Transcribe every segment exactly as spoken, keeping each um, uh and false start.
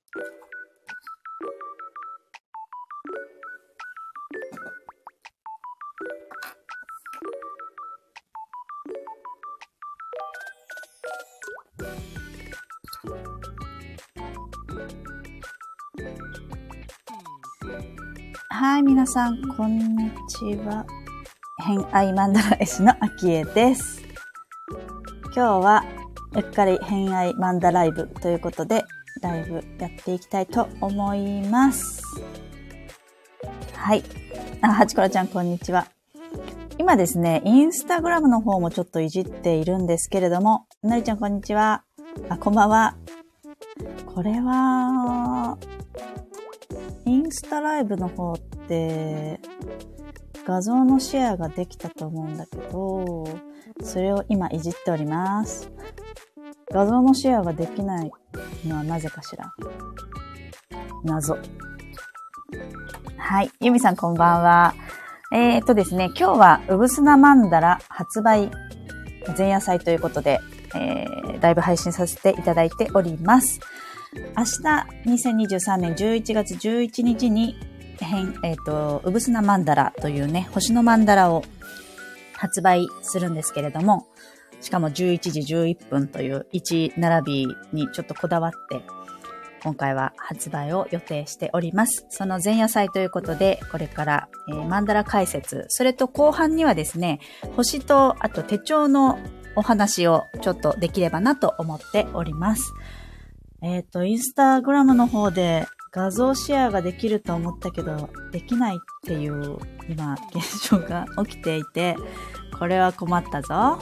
はい、皆さん、こんにちは。偏愛マンダラ絵師のあきえです。今日は、うっかり偏愛マンダライブということで、ライブやっていきたいと思います。はい。あ、はちこらちゃん、こんにちは。今ですね、インスタグラムの方もちょっといじっているんですけれども、なりちゃん、こんにちは。あ、こんばんは。これは、インスタライブの方って画像のシェアができたと思うんだけど、それを今いじっております。画像のシェアができないのはなぜかしら。謎。はい。ゆみさんこんばんは。えーっとですね、今日はうぶすなマンダラ発売前夜祭ということで、えー、ライブ配信させていただいております。明日、にせんにじゅうさんねんじゅういちがつじゅういちにちに、変、えっと、うぶすなマンダラというね、星のマンダラを発売するんですけれども、しかもじゅういちじじゅういっぷんといういち並びにちょっとこだわって、今回は発売を予定しております。その前夜祭ということで、これから、えー、マンダラ解説、それと後半にはですね、星とあと手帳のお話をちょっとできればなと思っております。えっと、インスタグラムの方で画像シェアができると思ったけど、できないっていう今現象が起きていて、これは困ったぞ。はい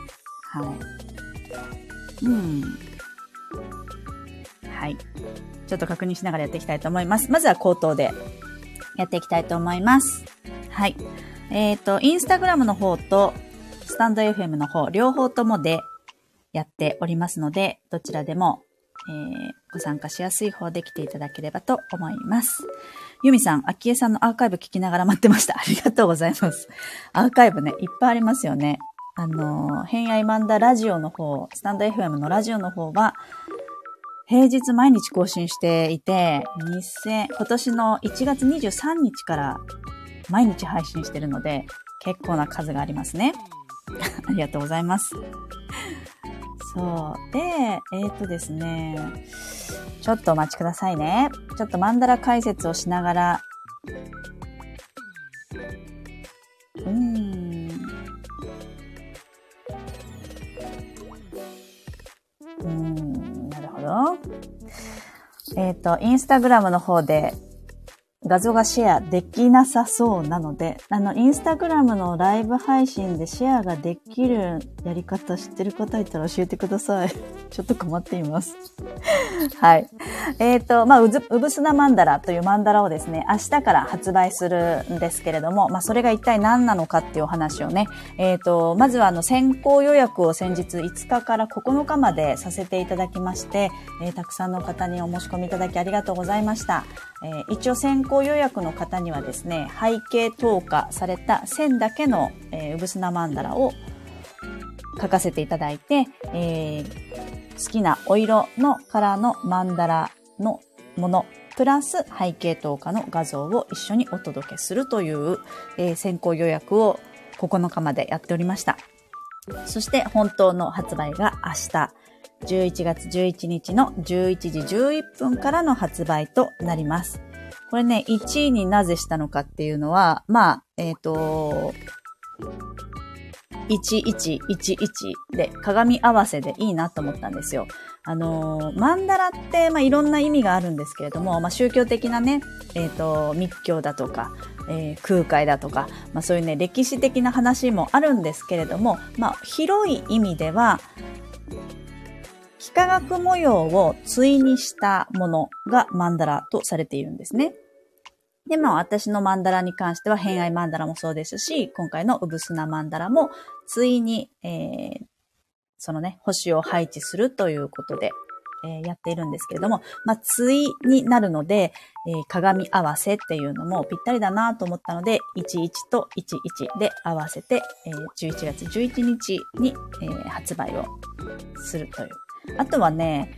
。うん。はい。ちょっと確認しながらやっていきたいと思います。まずは口頭でやっていきたいと思います。はい。えっと、インスタグラムの方とスタンド エフエム の方、両方ともでやっておりますので、どちらでもえー、ご参加しやすい方で来ていただければと思います。ゆみさん、あきえさんのアーカイブ聞きながら待ってました。ありがとうございます。アーカイブね、いっぱいありますよね。あの、偏愛マンダラジオの方、スタンド エフエム のラジオの方は、平日毎日更新していて、にせん今年のいちがつにじゅうさんにちから毎日配信してるので、結構な数がありますね。ありがとうございます。そう。で、えっとですね、ちょっとお待ちくださいね。ちょっとマンダラ解説をしながら、うーん。うーん、なるほど。えっと、インスタグラムの方で画像がシェアできなさそうなので、あの、インスタグラムのライブ配信でシェアができるやり方知ってる方いたら教えてください。ちょっと困っています。はい。えっと、まあ、うず、うぶすなマンダラというマンダラをですね、明日から発売するんですけれども、まあ、それが一体何なのかっていうお話をね、えっと、まずはあの、先行予約を先日いつかからここのかまでさせていただきまして、えー、たくさんの方にお申し込みいただきありがとうございました。えー、一応先行予約の方にはですね、背景透過された線だけの、えー、うぶすなマンダラを書かせていただいて、えー、好きなお色のカラーのマンダラのもの、プラス背景透過の画像を一緒にお届けするという、えー、先行予約をここのかまでやっておりました。そして本当の発売が明日、じゅういちがつじゅういちにちのじゅういちじじゅういっぷんからの発売となります。これね、いちいになぜしたのかっていうのは、まあ、えっと、いちいちいちいちで鏡合わせでいいなと思ったんですよ。あのー、マンダラって、まあ、いろんな意味があるんですけれども、まあ、宗教的なね、えっと、密教だとか、えー、空海だとか、まあ、そういうね、歴史的な話もあるんですけれども、まあ、広い意味では、幾何学模様を対にしたものがマンダラとされているんですね。で、まあ私のマンダラに関しては偏愛マンダラもそうですし、今回のうぶすなマンダラも対に、えー、そのね、星を配置するということで、えー、やっているんですけれども、まあ対になるので、えー、鏡合わせっていうのもぴったりだなと思ったので、いちいちといちいちで合わせて、えー、じゅういちがつじゅういちにちに、えー、発売をするという。あとはね、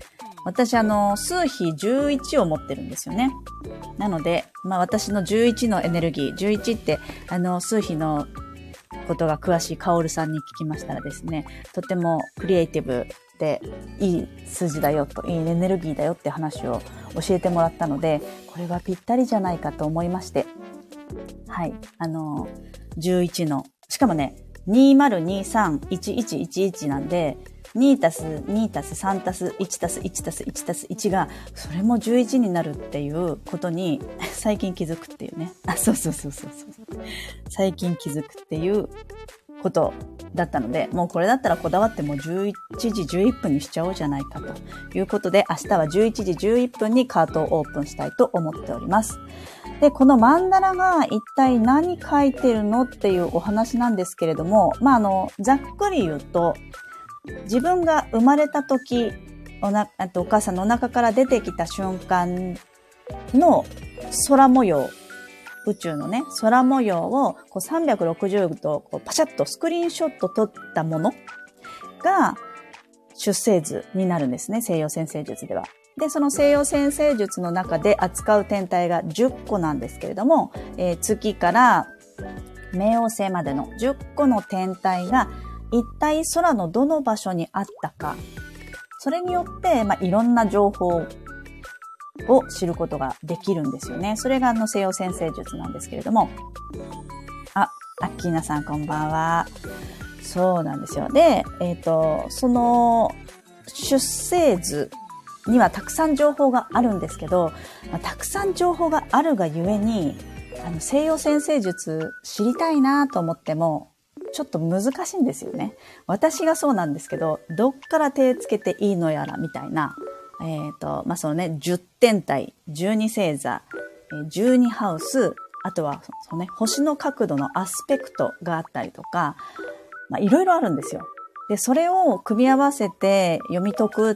私あの、数比じゅういちを持ってるんですよね。なので、まあ私のじゅういちのエネルギー、じゅういちってあの、数比のことが詳しいカオルさんに聞きましたらですね、とてもクリエイティブでいい数字だよと、いいエネルギーだよって話を教えてもらったので、これはぴったりじゃないかと思いまして、はい、あの、じゅういちの、しかもね、にまるにさんいちいちいちいちなんで、にたすにたすさんたすいちたすいちたすいちたすいちが、それもじゅういちになるっていうことに、最近気づくっていうね。あ、そうそうそうそうそう。最近気づくっていうことだったので、もうこれだったらこだわってもじゅういちじじゅういっぷんにしちゃおうじゃないかということで、明日はじゅういちじじゅういっぷんにカートをオープンしたいと思っております。で、このマンダラが一体何書いてるのっていうお話なんですけれども、まあ、あの、ざっくり言うと、自分が生まれた時、おな、あとお母さんのお腹から出てきた瞬間の空模様、宇宙のね、空模様をこうさんびゃくろくじゅうどこうパシャッとスクリーンショット撮ったものが出生図になるんですね、西洋占星術では。で、その西洋占星術の中で扱う天体がじゅっこなんですけれども、えー、月から冥王星までのじゅっこの天体が一体空のどの場所にあったか、それによって、まあ、いろんな情報を知ることができるんですよね。それがあの西洋占星術なんですけれども。あ、アッキーナさんこんばんは。そうなんですよ。で、えっと、その出生図にはたくさん情報があるんですけど、まあ、たくさん情報があるがゆえに、あの西洋占星術知りたいなと思っても、ちょっと難しいんですよね。私がそうなんですけど、どっから手つけていいのやらみたいな、えっと、まあ、そのね、じゅってん体、じゅうに星座、じゅうにハウス、あとはそのね、星の角度のアスペクトがあったりとか、まあ、いろいろあるんですよ。で、それを組み合わせて読み解くって、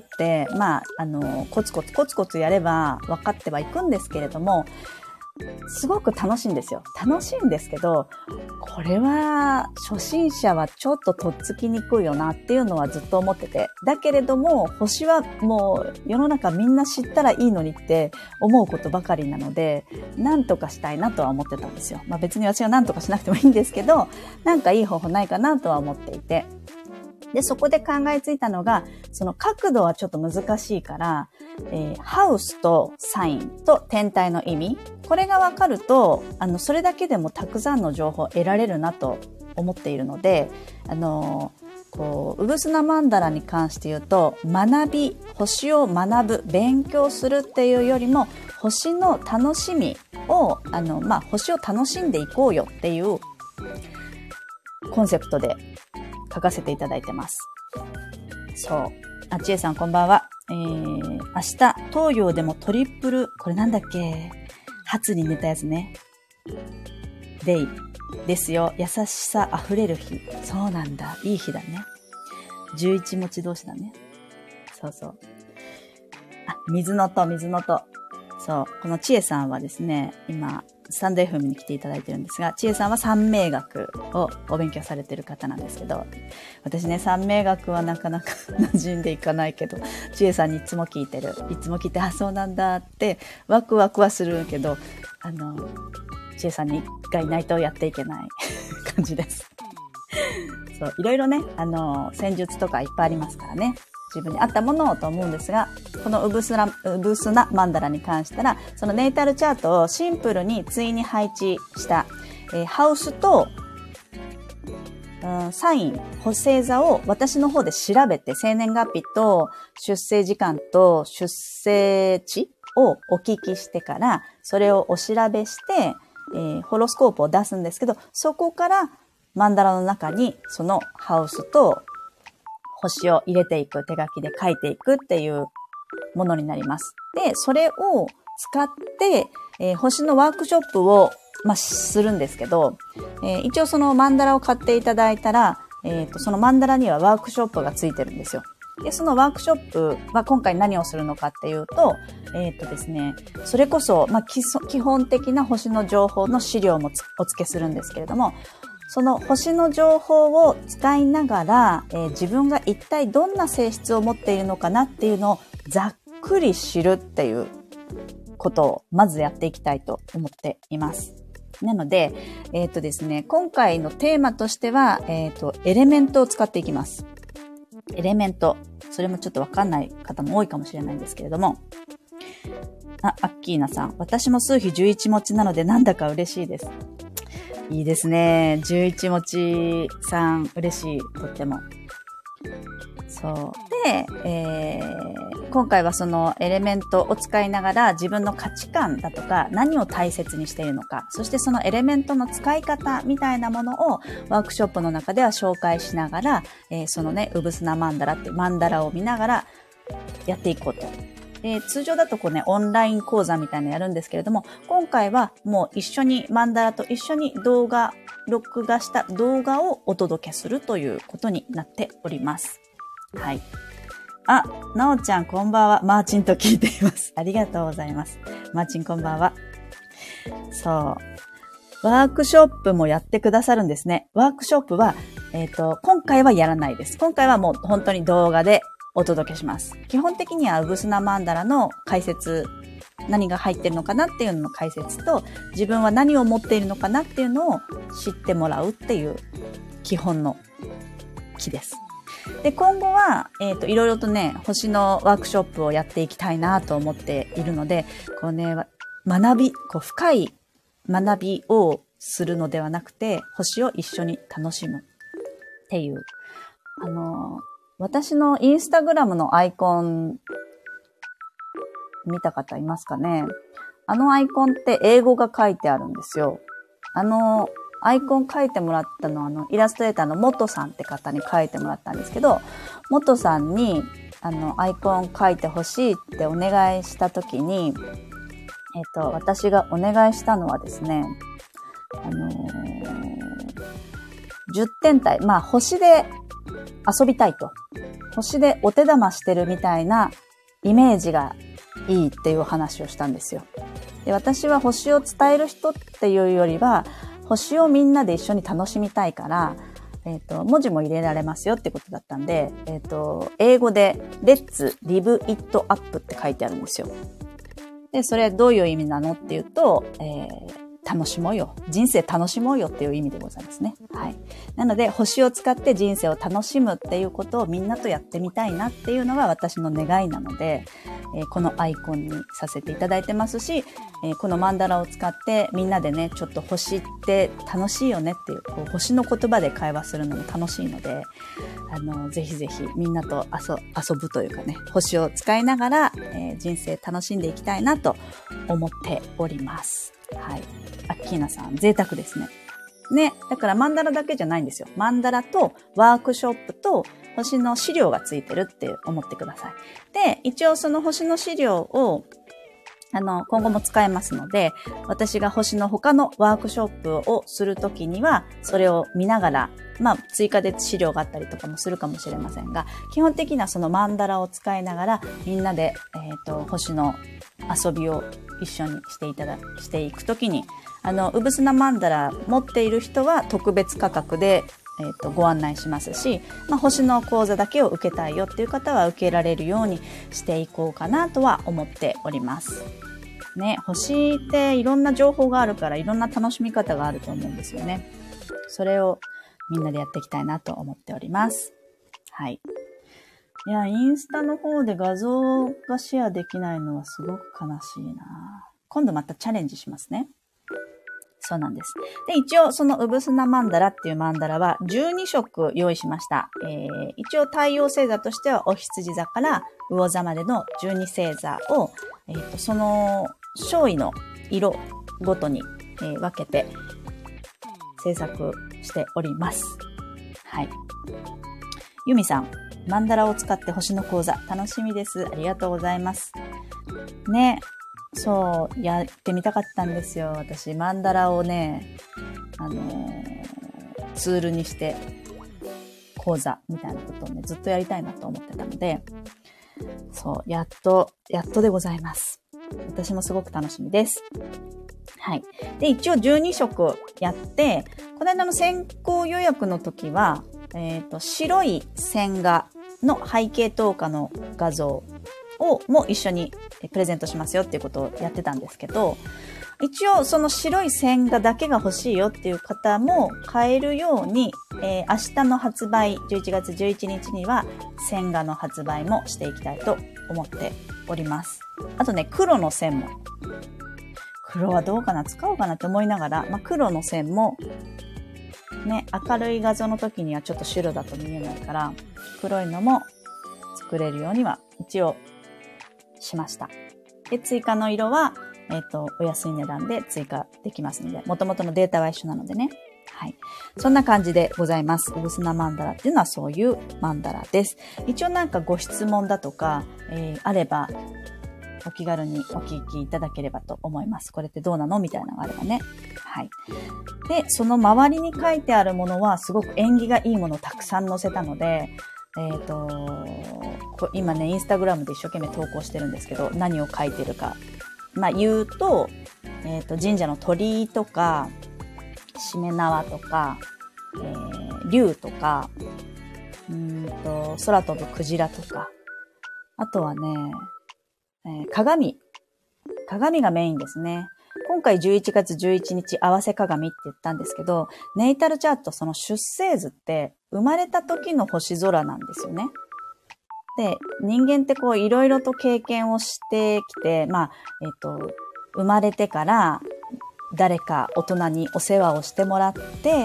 まあ、あの、コツコツコツコツやれば分かってはいくんですけれども、すごく楽しいんですよ。楽しいんですけど、これは初心者はちょっととっつきにくいよなっていうのはずっと思ってて。だけれども、星はもう世の中みんな知ったらいいのにって思うことばかりなので、なんとかしたいなとは思ってたんですよ。まあ別に私はなんとかしなくてもいいんですけど、なんかいい方法ないかなとは思っていて。で、そこで考えついたのが、その角度はちょっと難しいから、えー、ハウスとサインと天体の意味、これがわかると、あの、それだけでもたくさんの情報を得られるなと思っているので、あのー、こう、ウグスナマンダラに関して言うと、学び、星を学ぶ、勉強するっていうよりも、星の楽しみを、あの、まあ、星を楽しんでいこうよっていうコンセプトで書かせていただいてます。そう。あ、ちえさんこんばんは。えー、明日、東洋でもトリプル、これなんだっけ？初に寝たやつね。デイですよ。優しさあふれる日。そうなんだ。いい日だね。十一文字同士だね。そうそう。あ、水の音、水の音。そう。このちえさんはですね、今、スタンド エフエム に来ていただいてるんですが、ちえさんは三名学をお勉強されてる方なんですけど、私ね、三名学はなかなか馴染んでいかないけど、ちえさんにいつも聞いてる。いつも聞いて、あ、そうなんだってワクワクはするけど、あの、ちえさんにがいないとやっていけない感じです。そう、いろいろね、あの、戦術とかいっぱいありますからね。自分に合ったものをと思うんですが、このウブスナ、ウブスナマンダラに関したら、そのネイタルチャートをシンプルに対に配置した、えー、ハウスと、うん、サイン、星座を私の方で調べて、生年月日と出生時間と出生地をお聞きしてから、それをお調べして、えー、ホロスコープを出すんですけど、そこからマンダラの中にそのハウスと星を入れていく、手書きで書いていくっていうものになります。で、それを使って、えー、星のワークショップを、まあ、するんですけど、えー、一応そのマンダラを買っていただいたら、えっと、そのマンダラにはワークショップがついてるんですよ。で、そのワークショップは今回何をするのかっていうと、えっとですね、それこそ、まあ、基本的な星の情報の資料もお付けするんですけれども、その星の情報を使いながら、えー、自分が一体どんな性質を持っているのかなっていうのをざっくくり知るっていうことをまずやっていきたいと思っています。なので、えっとですね、今回のテーマとしては、えっと、エレメントを使っていきます。エレメント。それもちょっとわかんない方も多いかもしれないんですけれども。あ、アッキーナさん。私も数比じゅういち持ちなのでなんだか嬉しいです。いいですね。じゅういち持ちさん、嬉しい。とっても。そう。で、えー、今回はそのエレメントを使いながら自分の価値観だとか何を大切にしているのか、そしてそのエレメントの使い方みたいなものをワークショップの中では紹介しながら、えー、そのね、ウブスナマンダラっていうマンダラを見ながらやっていこうと。で、通常だとこうね、オンライン講座みたいなのやるんですけれども、今回はもう一緒に、マンダラと一緒に動画、録画した動画をお届けするということになっております。はい。あ、なおちゃんこんばんは。マーチンと聞いています。ありがとうございます。マーチンこんばんは。そう。ワークショップもやってくださるんですね。ワークショップは、えっと、今回はやらないです。今回はもう本当に動画でお届けします。基本的にはウブスナマンダラの解説、何が入ってるのかなっていうのの解説と、自分は何を持っているのかなっていうのを知ってもらうっていう基本の木です。で、今後は、えっと、いろいろとね、星のワークショップをやっていきたいなと思っているので、こうね、学び、こう深い学びをするのではなくて、星を一緒に楽しむっていう、あの、私のインスタグラムのアイコン、見た方いますかね？あのアイコンって英語が書いてあるんですよ。あの、アイコン書いてもらったのは、あの、イラストレーターの元さんって方に書いてもらったんですけど、元さんに、あの、アイコン書いてほしいってお願いしたときに、えっと、私がお願いしたのはですね、あのー、じゅってん体、まあ、星で遊びたいと。星でお手玉してるみたいなイメージがいいっていう話をしたんですよ。で、私は星を伝える人っていうよりは、星をみんなで一緒に楽しみたいから、えっと、文字も入れられますよってことだったんで、えっと、英語で Let's Live It Up って書いてあるんですよ。で、それどういう意味なのっていうと、えー楽しもうよ。人生楽しもうよっていう意味でございますね。はい。なので、星を使って人生を楽しむっていうことをみんなとやってみたいなっていうのが私の願いなので、えー、このアイコンにさせていただいてますし、えー、このマンダラを使ってみんなでね、ちょっと星って楽しいよねっていう、こう星の言葉で会話するのも楽しいので、あの、ぜひぜひみんなと遊、遊ぶというかね、星を使いながら、えー、人生楽しんでいきたいなと思っております。はい。アッキーナさん、贅沢ですね。ね。だからマンダラだけじゃないんですよ。マンダラとワークショップと星の資料がついてるって思ってください。で、一応その星の資料を、あの、今後も使えますので、私が星の他のワークショップをするときには、それを見ながら、まあ、追加で資料があったりとかもするかもしれませんが、基本的なそのマンダラを使いながら、みんなで、えっと、星の遊びを一緒にしていただ、していくときに、あの、ウブスナマンダラ持っている人は特別価格で、えっと、ご案内しますし、まあ、星の講座だけを受けたいよっていう方は受けられるようにしていこうかなとは思っております。ね、星っていろんな情報があるからいろんな楽しみ方があると思うんですよね。それをみんなでやっていきたいなと思っております。はい。いや、インスタの方で画像がシェアできないのはすごく悲しいな。今度またチャレンジしますね。そうなんです。で、一応そのウブスナマンダラっていうマンダラはじゅうに色用意しました。えー、一応太陽星座としてはお羊座から魚座までのじゅうに星座を、えーと、その勝利の色ごとに、えー、分けて制作しております。はい。ユミさん、マンダラを使って星の講座楽しみです。ありがとうございます。ね。そう、やってみたかったんですよ。私、マンダラをね、あのー、ツールにして、講座みたいなことをね、ずっとやりたいなと思ってたので、そう、やっと、やっとでございます。私もすごく楽しみです。はい。で、一応じゅうに色やって、この間の先行予約の時は、えっと、白い線画の背景透過の画像をも一緒にプレゼントしますよっていうことをやってたんですけど、一応その白い線画だけが欲しいよっていう方も買えるように、えー、明日の発売、じゅういちがつじゅういちにちには線画の発売もしていきたいと思っております。あとね、黒の線も。黒はどうかな、使おうかなって思いながら、まあ、黒の線もね、明るい画像の時にはちょっと白だと見えないから、黒いのも作れるようには一応しました。で、追加の色は、えっと、お安い値段で追加できますので、元々のデータは一緒なのでね。はい。そんな感じでございます。うぶすなマンダラっていうのはそういうマンダラです。一応なんかご質問だとか、えー、あれば、お気軽にお聞きいただければと思います。これってどうなのみたいなのがあればね。はい。で、その周りに書いてあるものはすごく縁起がいいものをたくさん載せたので、えっと、今ね、インスタグラムで一生懸命投稿してるんですけど、何を書いてるか。まあ言うと、えっと、神社の鳥居とか、しめ縄とか、えー、竜とか、うーんと、空飛ぶクジラとか、あとはね、えー、鏡。鏡がメインですね。今回じゅういちがつじゅういちにち合わせ鏡って言ったんですけど、ネイタルチャートその出生図って生まれた時の星空なんですよね。で、人間ってこういろいろと経験をしてきて、まあ、えっと、生まれてから誰か大人にお世話をしてもらって、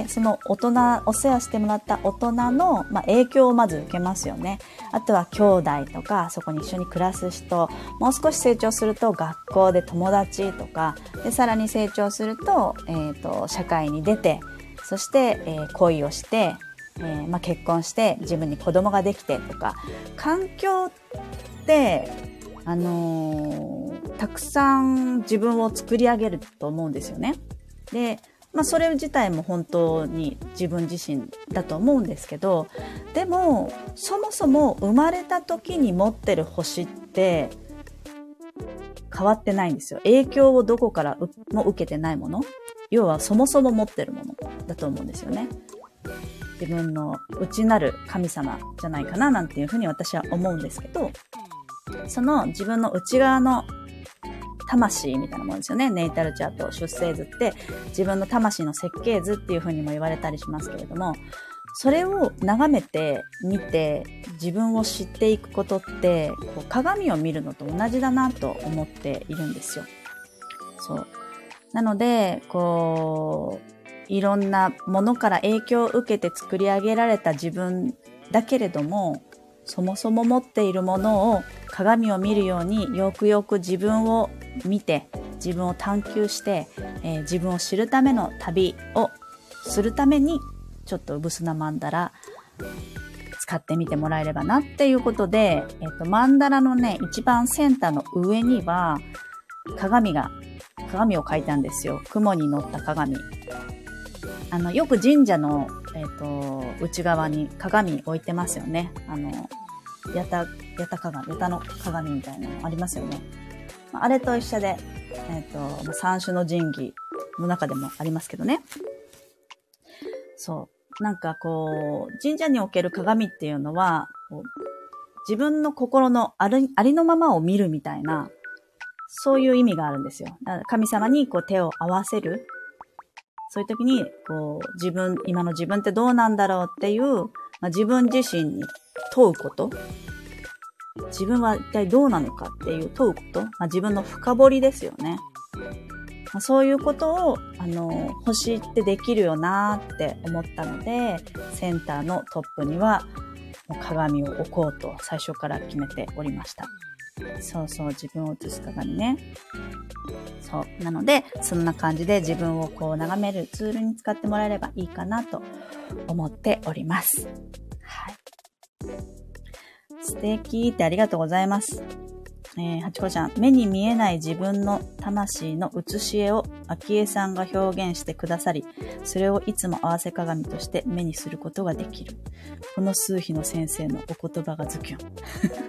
その大人、お世話してもらった大人の、まあ、影響をまず受けますよね。あとは兄弟とか、そこに一緒に暮らす人、もう少し成長すると学校で友達とか、でさらに成長すると、えっと、社会に出て、そして、えー、恋をして、えーまあ、結婚して自分に子供ができてとか、環境ってあのー、たくさん自分を作り上げると思うんですよね。で、まあそれ自体も本当に自分自身だと思うんですけど、でもそもそも生まれた時に持ってる星って変わってないんですよ。影響をどこからも受けてないもの。要はそもそも持ってるものだと思うんですよね。自分の内なる神様じゃないかななんていうふうに私は思うんですけど、その自分の内側の魂みたいなものですよね。ネイタルチャート、出生図って自分の魂の設計図っていうふうにも言われたりしますけれども、それを眺めて見て自分を知っていくことってこう鏡を見るのと同じだなと思っているんですよ。そう。なので、こう、いろんなものから影響を受けて作り上げられた自分だけれども、そもそも持っているものを鏡を見るようによくよく自分を見て自分を探求して、えー、自分を知るための旅をするためにちょっとうぶすなマンダラ使ってみてもらえればなっていうことで、えーと、マンダラのね一番センターの上には鏡が鏡を描いたんですよ。雲に乗った鏡。あのよく神社のえっと、内側に鏡置いてますよね。あの、やた、やた鏡、やたの鏡みたいなのありますよね。あれと一緒で、えっと、三種の神器の中でもありますけどね。そう。なんかこう、神社における鏡っていうのは、こう自分の心のある、ありのままを見るみたいな、そういう意味があるんですよ。だから神様にこう手を合わせる。そういう時に、こう、自分、今の自分ってどうなんだろうっていう、まあ、自分自身に問うこと。自分は一体どうなのかっていう問うこと。まあ、自分の深掘りですよね。まあ、そういうことを、あの、星ってできるよなって思ったので、センターのトップには、もう鏡を置こうと最初から決めておりました。そうそう、自分を映す鏡ね。そう。なので、そんな感じで自分をこう眺めるツールに使ってもらえればいいかなと思っております。はい。素敵ってありがとうございます。えー、はちこちゃん、目に見えない自分の魂の写し絵をあきえさんが表現してくださり、それをいつも合わせ鏡として目にすることができる。この数秘の先生のお言葉がズキュン。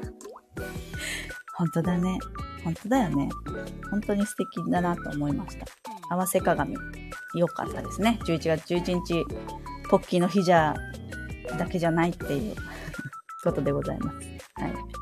本当だね。本当だよね。本当に素敵だなと思いました。合わせ鏡。良かったですね。じゅういちがつじゅういちにち、ポッキーの日じゃ、だけじゃないっていうことでございます。はい。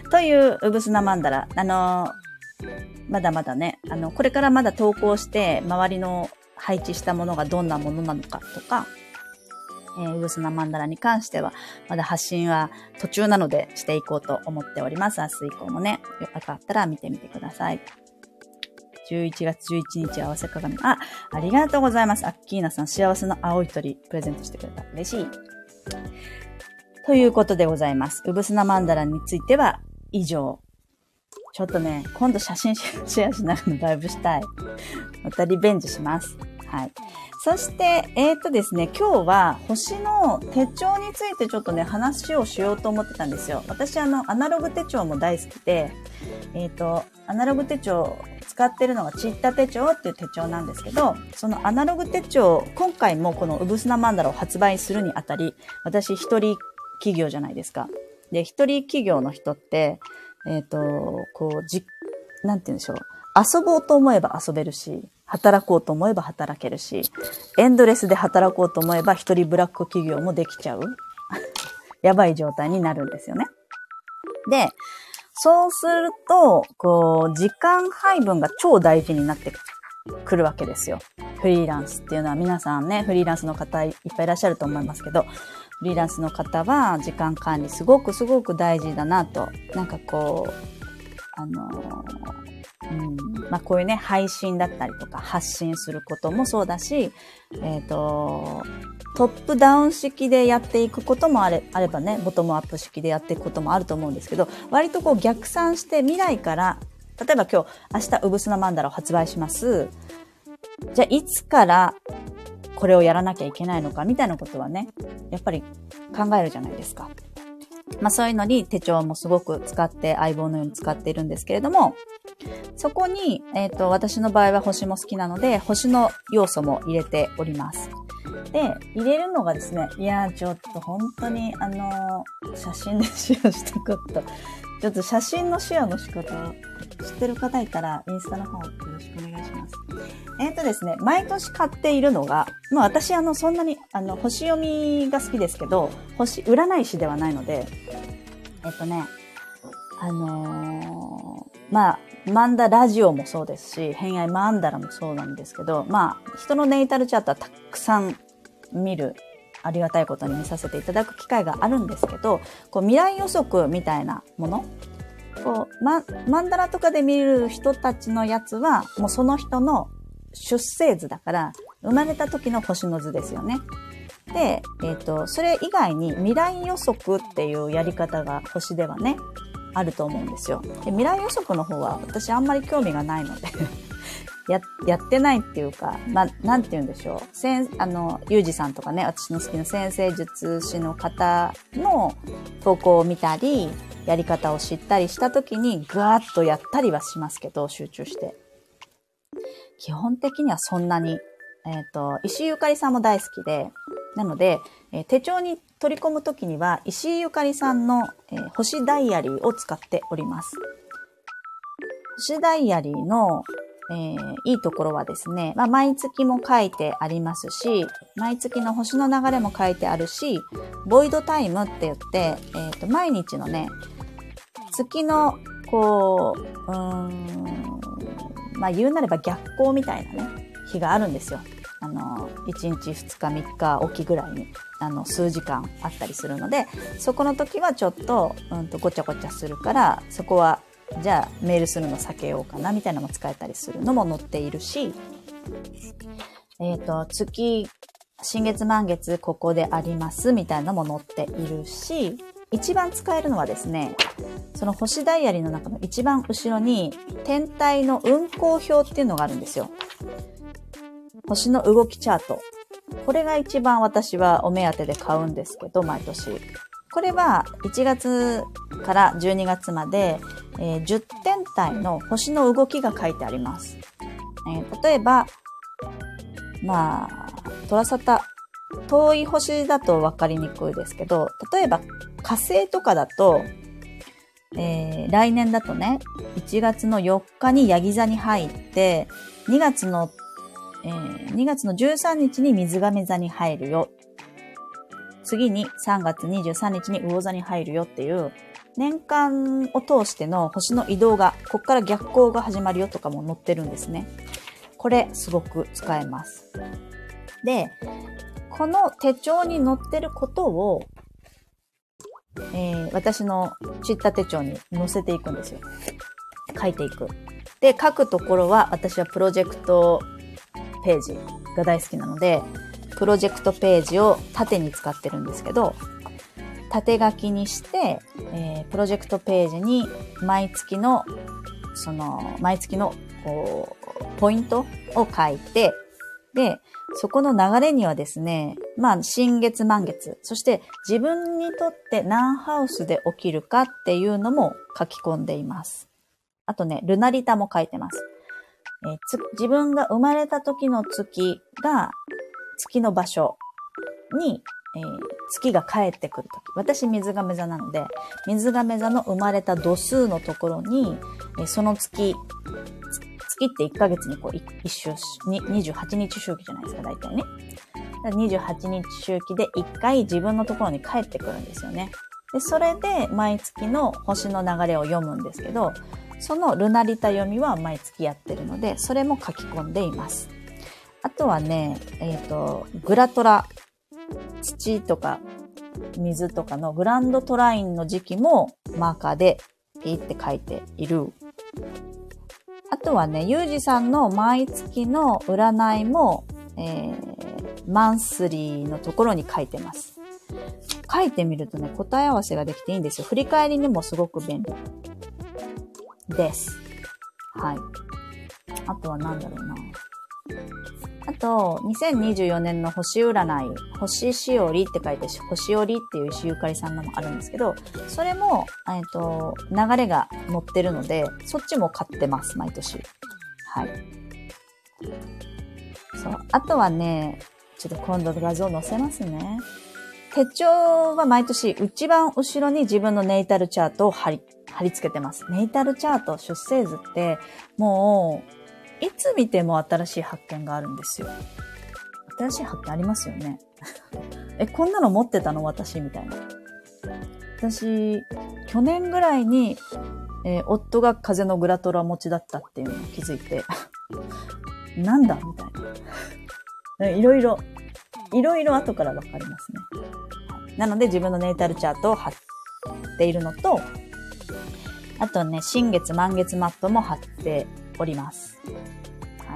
といううぶすなマンダラ。あのー、まだまだね、あの、これからまだ投稿して、周りの配置したものがどんなものなのかとか、えー、うぶすなマンダラに関しては、まだ発信は途中なのでしていこうと思っております。明日以降もね、よかったら見てみてください。じゅういちがつじゅういちにち合わせ鏡。あ、ありがとうございます。アッキーナさん、幸せの青い鳥プレゼントしてくれた。嬉しい。ということでございます。うぶすなマンダラについては以上。ちょっとね、今度写真シェアしながらライブしたい。またリベンジします。はい。そして、えーとですね、今日は星の手帳についてちょっとね、話をしようと思ってたんですよ。私、あの、アナログ手帳も大好きで、えーと、アナログ手帳使ってるのがチッタ手帳っていう手帳なんですけど、そのアナログ手帳、今回もこのうぶすなマンダラを発売するにあたり、私一人企業じゃないですか。で、一人企業の人って、えっと、こう、じ、なんて言うんでしょう。遊ぼうと思えば遊べるし、働こうと思えば働けるし、エンドレスで働こうと思えば一人ブラック企業もできちゃう。やばい状態になるんですよね。で、そうすると、こう、時間配分が超大事になってくるわけですよ。フリーランスっていうのは皆さんね、フリーランスの方いっぱいいらっしゃると思いますけど、フリーランスの方は時間管理すごくすごく大事だなと。なんかこう、あのー、うん、まあこういうね、配信だったりとか発信することもそうだし、えっと、トップダウン式でやっていくこともあれ、あればね、ボトムアップ式でやっていくこともあると思うんですけど、割とこう逆算して未来から、例えば今日、明日うぶすなマンダラを発売します。じゃあいつからこれをやらなきゃいけないのかみたいなことはね、やっぱり考えるじゃないですか。まあそういうのに手帳もすごく使って相棒のように使っているんですけれども、そこに、えっと、私の場合は星も好きなので、星の要素も入れております。で、入れるのがですね、いやーちょっと本当にあのー、写真でシェアしたかった。ちょっと写真のシェアの仕方、知ってる方いたらインスタの方よろしくお願いします。えっとですね、毎年買っているのが、まあ私あの、そんなに、あの、星読みが好きですけど、星、占い師ではないので、えっとね、あのー、まあ、マンダラジオもそうですし、偏愛マンダラもそうなんですけど、まあ、人のネイタルチャートはたくさん見る、ありがたいことに見させていただく機会があるんですけど、こう未来予測みたいなもの、こう、ま、マンダラとかで見る人たちのやつは、もうその人の出生図だから、生まれた時の星の図ですよね。で、えっと、それ以外に未来予測っていうやり方が星ではね、あると思うんですよ。で、未来予測の方は私あんまり興味がないのでや、やってないっていうか、まあ、なんて言うんでしょう。せん、あの、ゆうじさんとかね、私の好きな先生術師の方の投稿を見たり、やり方を知ったりした時にガーッとやったりはしますけど、集中して。基本的にはそんなに、えっと、石井ゆかりさんも大好きで、なので、えー、手帳に取り込むときには、石井ゆかりさんの、えー、星ダイアリーを使っております。星ダイアリーの、えー、いいところはですね、まあ、毎月も書いてありますし、毎月の星の流れも書いてあるし、ボイドタイムって言って、えっと、毎日のね、月の、こう、うーん、まあ、言うなれば逆光みたいなね、日があるんですよ。あの、いちにちふつかみっかおきぐらいに、あの、数時間あったりするので、そこの時はちょっと、うんと、ごちゃごちゃするから、そこは、じゃあ、メールするの避けようかな、みたいなのも使えたりするのも載っているし、えっと、月、新月満月、ここであります、みたいなのも載っているし、一番使えるのはですね、その星ダイアリーの中の一番後ろに、天体の運行表っていうのがあるんですよ。星の動きチャート。これが一番私はお目当てで買うんですけど、毎年。これはいちがつからじゅうにがつまで、えー、じゅってん体の星の動きが書いてあります。えー、例えば、まあ、トラサタ、遠い星だと分かりにくいですけど、例えば火星とかだと、えー、来年だとね、いちがつのよっかにヤギ座に入って、にがつのえー、にがつのじゅうさんにちに水亀座に入るよ。次にさんがつにじゅうさんにちに魚座に入るよっていう、 年間を通しての星の移動が、こっから逆行が始まるよとかも載ってるんですね。これすごく使えます。で、この手帳に載ってることを、えー、私の知った手帳に載せていくんですよ。書いていく。で、書くところは私はプロジェクトページが大好きなので、プロジェクトページを縦に使ってるんですけど、縦書きにして、えー、プロジェクトページに毎月の、その、毎月の、こう、ポイントを書いて、で、そこの流れにはですね、まあ、新月満月、そして自分にとって何ハウスで起きるかっていうのも書き込んでいます。あとね、ルナリタも書いてます。えー、つ自分が生まれた時の月が、月の場所に、えー、月が帰ってくる時。私、水亀座なので、水亀座の生まれた度数のところに、えー、その月、月っていっかげつにこう一周ににじゅうはちにち周期じゃないですか、大体ね。にじゅうはちにち周期でいっかい自分のところに帰ってくるんですよね。で、それで毎月の星の流れを読むんですけど、そのルナリタ読みは毎月やってるので、それも書き込んでいます。あとはね、えっと、グラトラ、土とか水とかのグランドトラインの時期もマーカーでピーって書いている。あとはね、ゆうじさんの毎月の占いも、えー、マンスリーのところに書いてます。書いてみるとね、答え合わせができていいんですよ。振り返りにもすごく便利です。はい。あとは何だろうな。あと、にせんにじゅうよねんの星占い、星しおりって書いて、星よりっていう石ゆかりさんのもあるんですけど、それも、えっと、流れが載ってるので、そっちも買ってます、毎年。はい。そう。あとはね、ちょっと今度画像載せますね。手帳は毎年一番後ろに自分のネイタルチャートを貼り、貼り付けてます。ネイタルチャート、出生図って、もう、いつ見ても新しい発見があるんですよ。新しい発見ありますよね。え、こんなの持ってたの私みたいな。私、去年ぐらいに、えー、夫が風のグラトラ持ちだったっていうのを気づいて、なんだみたいな。いろいろ、いろいろ後からわかりますね。なので自分のネイタルチャートを貼っているのと、あとね、新月満月マップも貼っております。はい。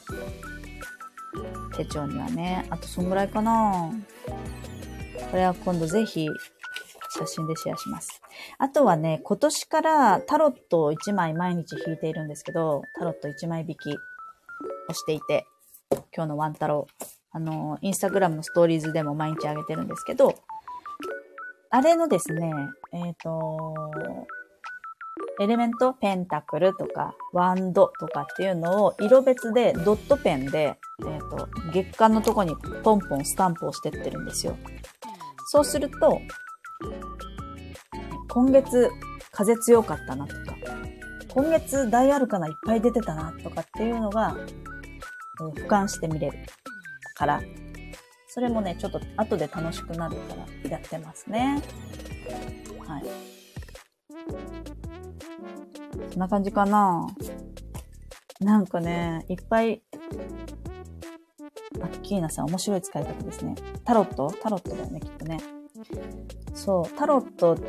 手帳にはね、あとそんぐらいかな。これは今度ぜひ写真でシェアします。あとはね、今年からタロットをいちまい毎日引いているんですけど、タロットいちまい引きをしていて、今日のワンタロ、あの、インスタグラムのストーリーズでも毎日上げてるんですけど、あれのですね、えっと、エレメント、ペンタクルとか、ワンドとかっていうのを色別でドットペンで、えっと、月間のとこにポンポンスタンプをしてってるんですよ。そうすると、今月風強かったなとか、今月大アルカナいっぱい出てたなとかっていうのが、えー、俯瞰して見れるから、それもね、ちょっと後で楽しくなるからやってますね。はい。そんな感じかな。なんかね、いっぱい、アッキーナさん面白い使い方ですね。タロットタロットだよね、きっとね。そう、タロットって、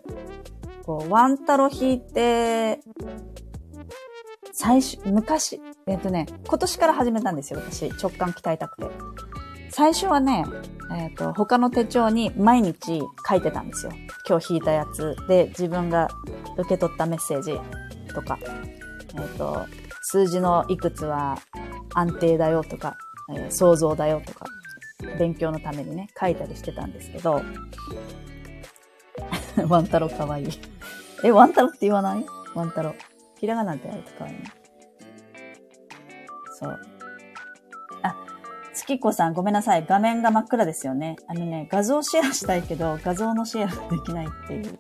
こう、ワンタロ引いて、最初、昔、えっとね、今年から始めたんですよ、私。直感鍛えたくて。最初はね、えっと、他の手帳に毎日書いてたんですよ。今日引いたやつで、自分が受け取ったメッセージとか、えっと、数字のいくつは安定だよとか、えー、想像だよとか、勉強のためにね、書いたりしてたんですけど、ワンタロかわいい。え、ワンタロって言わない？ワンタロ。ひらがなでやるとかわいいね。そう。あ、月子さんごめんなさい。画面が真っ暗ですよね。あのね、画像シェアしたいけど、画像のシェアができないっていう。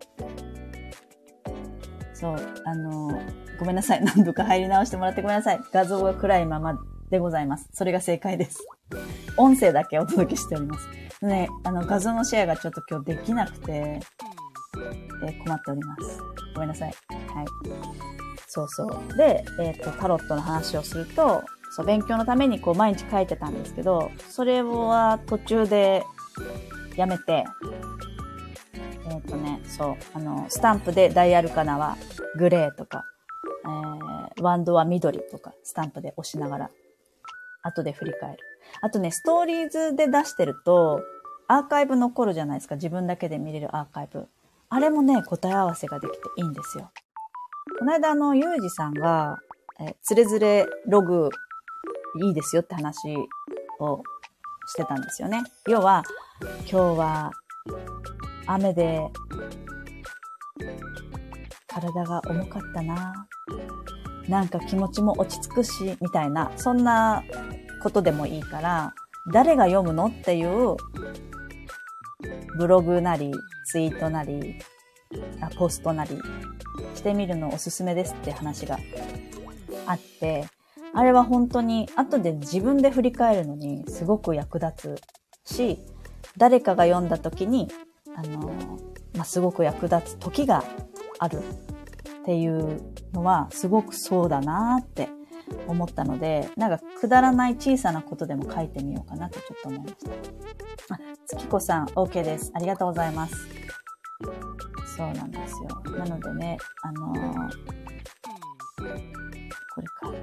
そう、あの、ごめんなさい。何度か入り直してもらってごめんなさい。画像が暗いままでございます。それが正解です。音声だけお届けしております。ね、あの、画像のシェアがちょっと今日できなくて、 えー、困っております。ごめんなさい。はい。そうそう。で、えっと、タロットの話をすると、そう、勉強のためにこう毎日書いてたんですけど、それは途中でやめて、えっとね、そう、あの、スタンプでダイアルカナはグレーとか、えー、ワンドは緑とか、スタンプで押しながら、後で振り返る。あとね、ストーリーズで出してると、アーカイブ残るじゃないですか。自分だけで見れるアーカイブ。あれもね、答え合わせができていいんですよ。この間、あの、ゆうじさんが、え、つれづれログいいですよって話をしてたんですよね。要は、今日は雨で体が重かったな。なんか気持ちも落ち着くし、みたいな、そんなことでもいいから、誰が読むのっていうブログなり、ツイートなり、あポストなりしてみるのおすすめですって話があって、あれは本当に後で自分で振り返るのにすごく役立つし、誰かが読んだ時に、あの、まあ、すごく役立つ時があるっていうのはすごくそうだなって思ったので、なんかくだらない小さなことでも書いてみようかなとちょっと思いました。あ、月子さん OK です。ありがとうございます。そうなんですよ。なのでね、あのー、これか。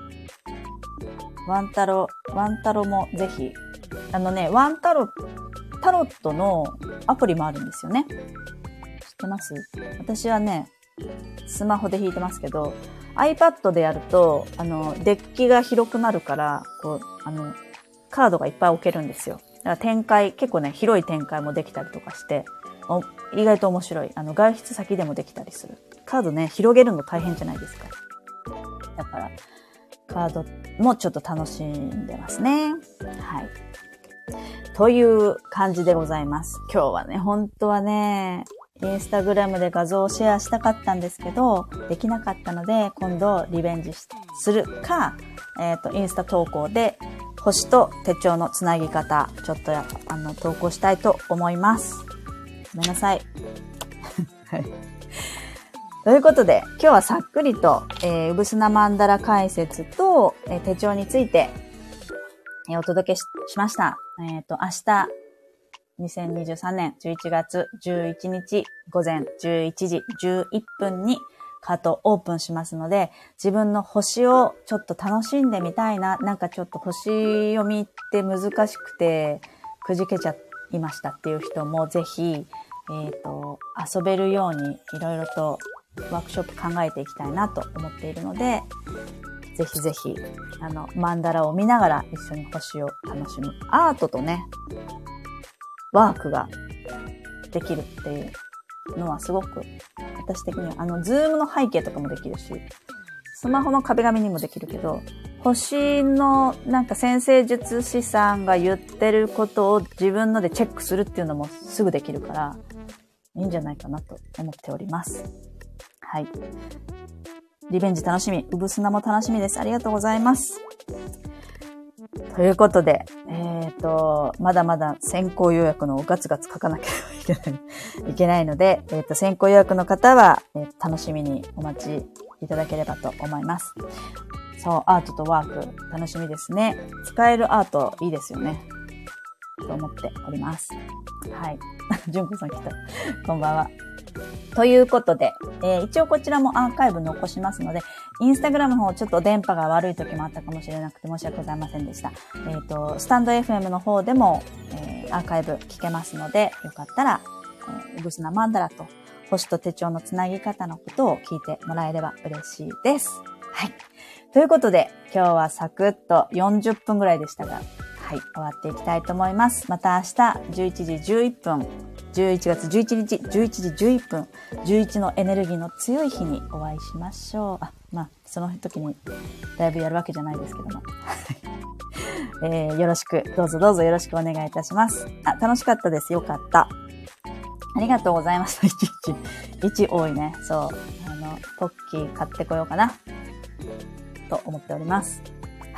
ワンタロ、ワンタロもぜひ、あのね、ワンタロ、タロットのアプリもあるんですよね。知ってます？私はね、スマホで弾いてますけど、iPad でやると、あの、デッキが広くなるから、こう、あの、カードがいっぱい置けるんですよ。だから展開、結構ね、広い展開もできたりとかして、意外と面白い。あの、外出先でもできたりする。カードね、広げるの大変じゃないですか。だから、カードもちょっと楽しんでますね。はい。という感じでございます。今日はね、本当はね、インスタグラムで画像をシェアしたかったんですけど、できなかったので、今度リベンジするか、えっと、インスタ投稿で、星と手帳のつなぎ方、ちょっとあの投稿したいと思います。ごめんなさい。はい。ということで、今日はさっくりと、えー、うぶすなマンダラ解説と、えー、手帳について、えー、お届け し, しました。えっと、明日、にせんにじゅうさんねんじゅういちがつじゅういちにち午前じゅういちじじゅういっぷんにカートオープンしますので、自分の星をちょっと楽しんでみたいな、なんかちょっと星読みって難しくてくじけちゃいましたっていう人もぜひ、えっと、遊べるようにいろいろとワークショップ考えていきたいなと思っているので、ぜひぜひ、あの、マンダラを見ながら一緒に星を楽しむ。アートとね、ワークができるっていうのはすごく私的には、あの、ズームの背景とかもできるし、スマホの壁紙にもできるけど、星のなんか先生術師さんが言ってることを自分のでチェックするっていうのもすぐできるから、いいんじゃないかなと思っております。はい。リベンジ楽しみ、うぶすなも楽しみです。ありがとうございます。ということで、えっと、まだまだ先行予約のガツガツ書かなければいけない、いけないので、えっと、先行予約の方は、えー、楽しみにお待ちいただければと思います。そう、アートとワーク、楽しみですね。使えるアート、いいですよね。と思っております。はい。じゅんこさん来た。こんばんは。ということで、えー、一応こちらもアーカイブ残しますので、インスタグラムの方ちょっと電波が悪い時もあったかもしれなくて申し訳ございませんでした。えっと、スタンド エフエム の方でも、えー、アーカイブ聞けますので、よかったら、えー、うぶすなマンダラと星と手帳のつなぎ方のことを聞いてもらえれば嬉しいです。はい。ということで、今日はサクッとよんじゅっぷんぐらいでしたが、はい、終わっていきたいと思います。また明日じゅういちじじゅういっぷん、じゅういちがつじゅういちにちじゅういちじじゅういっぷん、じゅういちのエネルギーの強い日にお会いしましょう。あ、まあ、その時にライブやるわけじゃないですけども。えー、よろしく、どうぞどうぞよろしくお願いいたします。あ、楽しかったです。よかった。ありがとうございました。いちいち。いち多いね。そう。あの、ポッキー買ってこようかな。と思っております。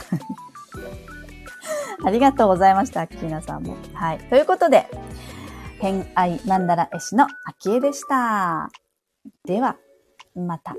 ありがとうございました。アッキーナさんも。はい。ということで、 偏愛マンダラ絵師のあきえでした。では、また。